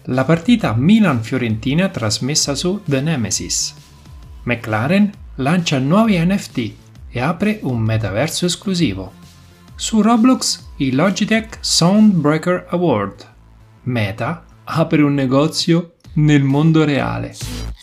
La partita Milan-Fiorentina trasmessa su The Nemesis. McLaren lancia nuovi NFT e apre un metaverso esclusivo. Su Roblox il Logitech Soundbreaker Award. Meta apre un negozio nel mondo reale.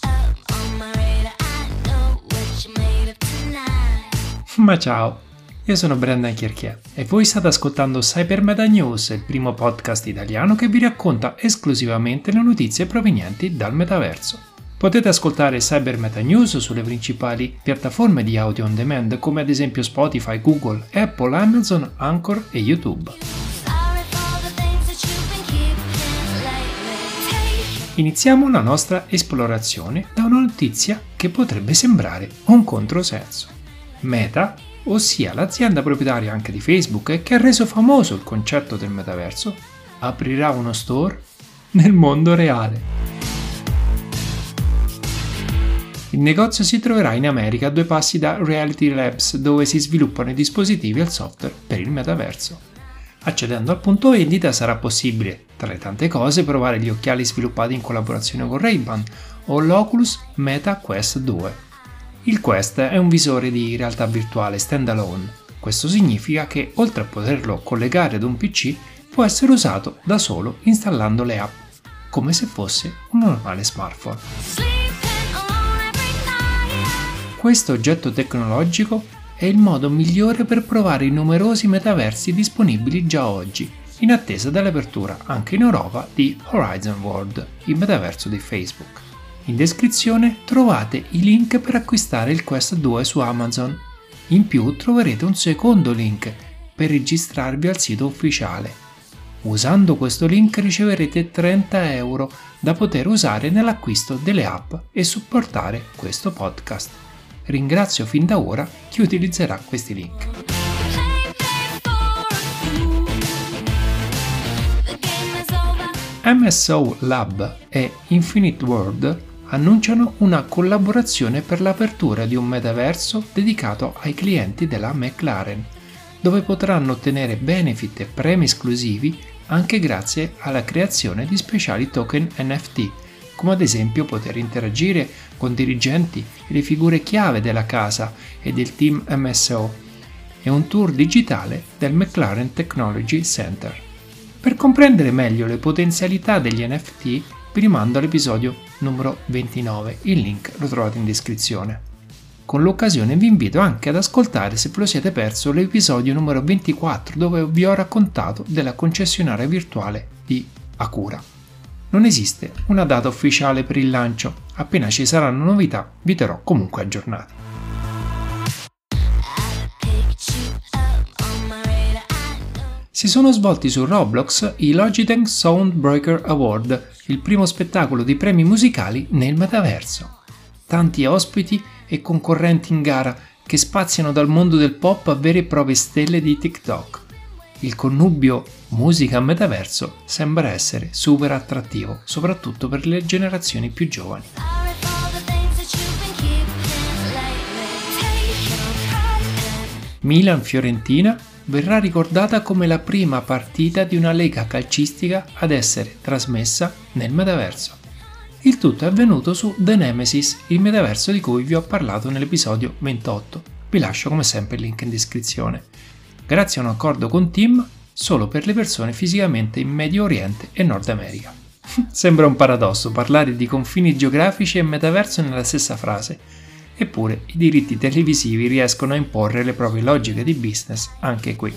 Ma ciao, io sono Brendan Chierchier e voi state ascoltando Cybermeta News, il primo podcast italiano che vi racconta esclusivamente le notizie provenienti dal metaverso. Potete ascoltare Cybermeta News sulle principali piattaforme di audio on demand come ad esempio Spotify, Google, Apple, Amazon, Anchor e YouTube. Iniziamo la nostra esplorazione da una notizia che potrebbe sembrare un controsenso. Meta, ossia l'azienda proprietaria anche di Facebook e che ha reso famoso il concetto del metaverso, aprirà uno store nel mondo reale. Il negozio si troverà in America a 2 passi da Reality Labs, dove si sviluppano i dispositivi e il software per il metaverso. Accedendo al punto vendita sarà possibile, tra le tante cose, provare gli occhiali sviluppati in collaborazione con Ray-Ban o l'Oculus Meta Quest 2. Il Quest è un visore di realtà virtuale standalone. Questo significa che, oltre a poterlo collegare ad un PC, può essere usato da solo installando le app, come se fosse un normale smartphone. Questo oggetto tecnologico è il modo migliore per provare i numerosi metaversi disponibili già oggi, in attesa dell'apertura anche in Europa di Horizon World, il metaverso di Facebook. In descrizione trovate i link per acquistare il Quest 2 su Amazon. In più troverete un secondo link per registrarvi al sito ufficiale. Usando questo link riceverete 30 euro da poter usare nell'acquisto delle app e supportare questo podcast. Ringrazio fin da ora chi utilizzerà questi link. MSO Lab e Infinite World annunciano una collaborazione per l'apertura di un metaverso dedicato ai clienti della McLaren, dove potranno ottenere benefit e premi esclusivi anche grazie alla creazione di speciali token NFT, come ad esempio poter interagire con dirigenti e le figure chiave della casa e del team MSO e un tour digitale del McLaren Technology Center. Per comprendere meglio le potenzialità degli NFT vi rimando all'episodio numero 29, il link lo trovate in descrizione. Con l'occasione vi invito anche ad ascoltare, se ve lo siete perso, l'episodio numero 24 dove vi ho raccontato della concessionaria virtuale di Acura. Non esiste una data ufficiale per il lancio, appena ci saranno novità vi terrò comunque aggiornati. Si sono svolti su Roblox i Logitech Soundbreaker Award, il primo spettacolo di premi musicali nel metaverso. Tanti ospiti e concorrenti in gara che spaziano dal mondo del pop a vere e proprie stelle di TikTok. Il connubio musica-metaverso sembra essere super attrattivo, soprattutto per le generazioni più giovani. Milan-Fiorentina verrà ricordata come la prima partita di una lega calcistica ad essere trasmessa nel metaverso. Il tutto è avvenuto su The Nemesis, il metaverso di cui vi ho parlato nell'episodio 28. Vi lascio come sempre il link in descrizione. Grazie a un accordo con Team solo per le persone fisicamente in Medio Oriente e Nord America. Sembra un paradosso parlare di confini geografici e metaverso nella stessa frase. Eppure i diritti televisivi riescono a imporre le proprie logiche di business anche qui.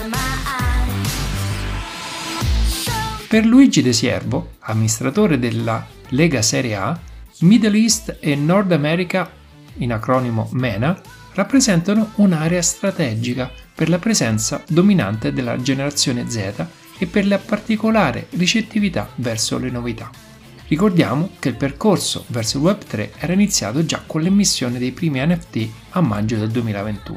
Per Luigi De Siervo, amministratore della Lega Serie A, Middle East e Nord America, in acronimo MENA, rappresentano un'area strategica per la presenza dominante della generazione Z e per la particolare ricettività verso le novità. Ricordiamo che il percorso verso il Web3 era iniziato già con l'emissione dei primi NFT a maggio del 2021.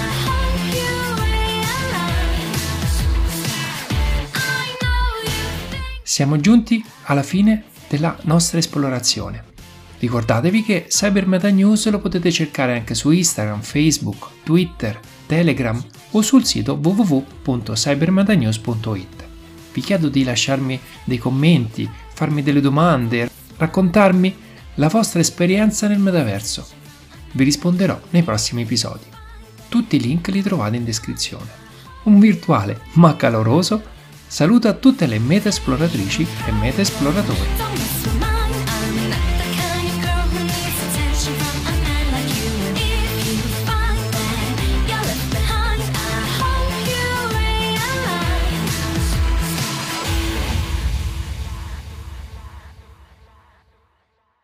Siamo giunti alla fine della nostra esplorazione. Ricordatevi che Cybermeta News lo potete cercare anche su Instagram, Facebook, Twitter, Telegram o sul sito www.cybermetanews.it. Vi chiedo di lasciarmi dei commenti, farmi delle domande, raccontarmi la vostra esperienza nel metaverso. Vi risponderò nei prossimi episodi. Tutti i link li trovate in descrizione. Un virtuale ma caloroso saluto a tutte le meta esploratrici e meta esploratori.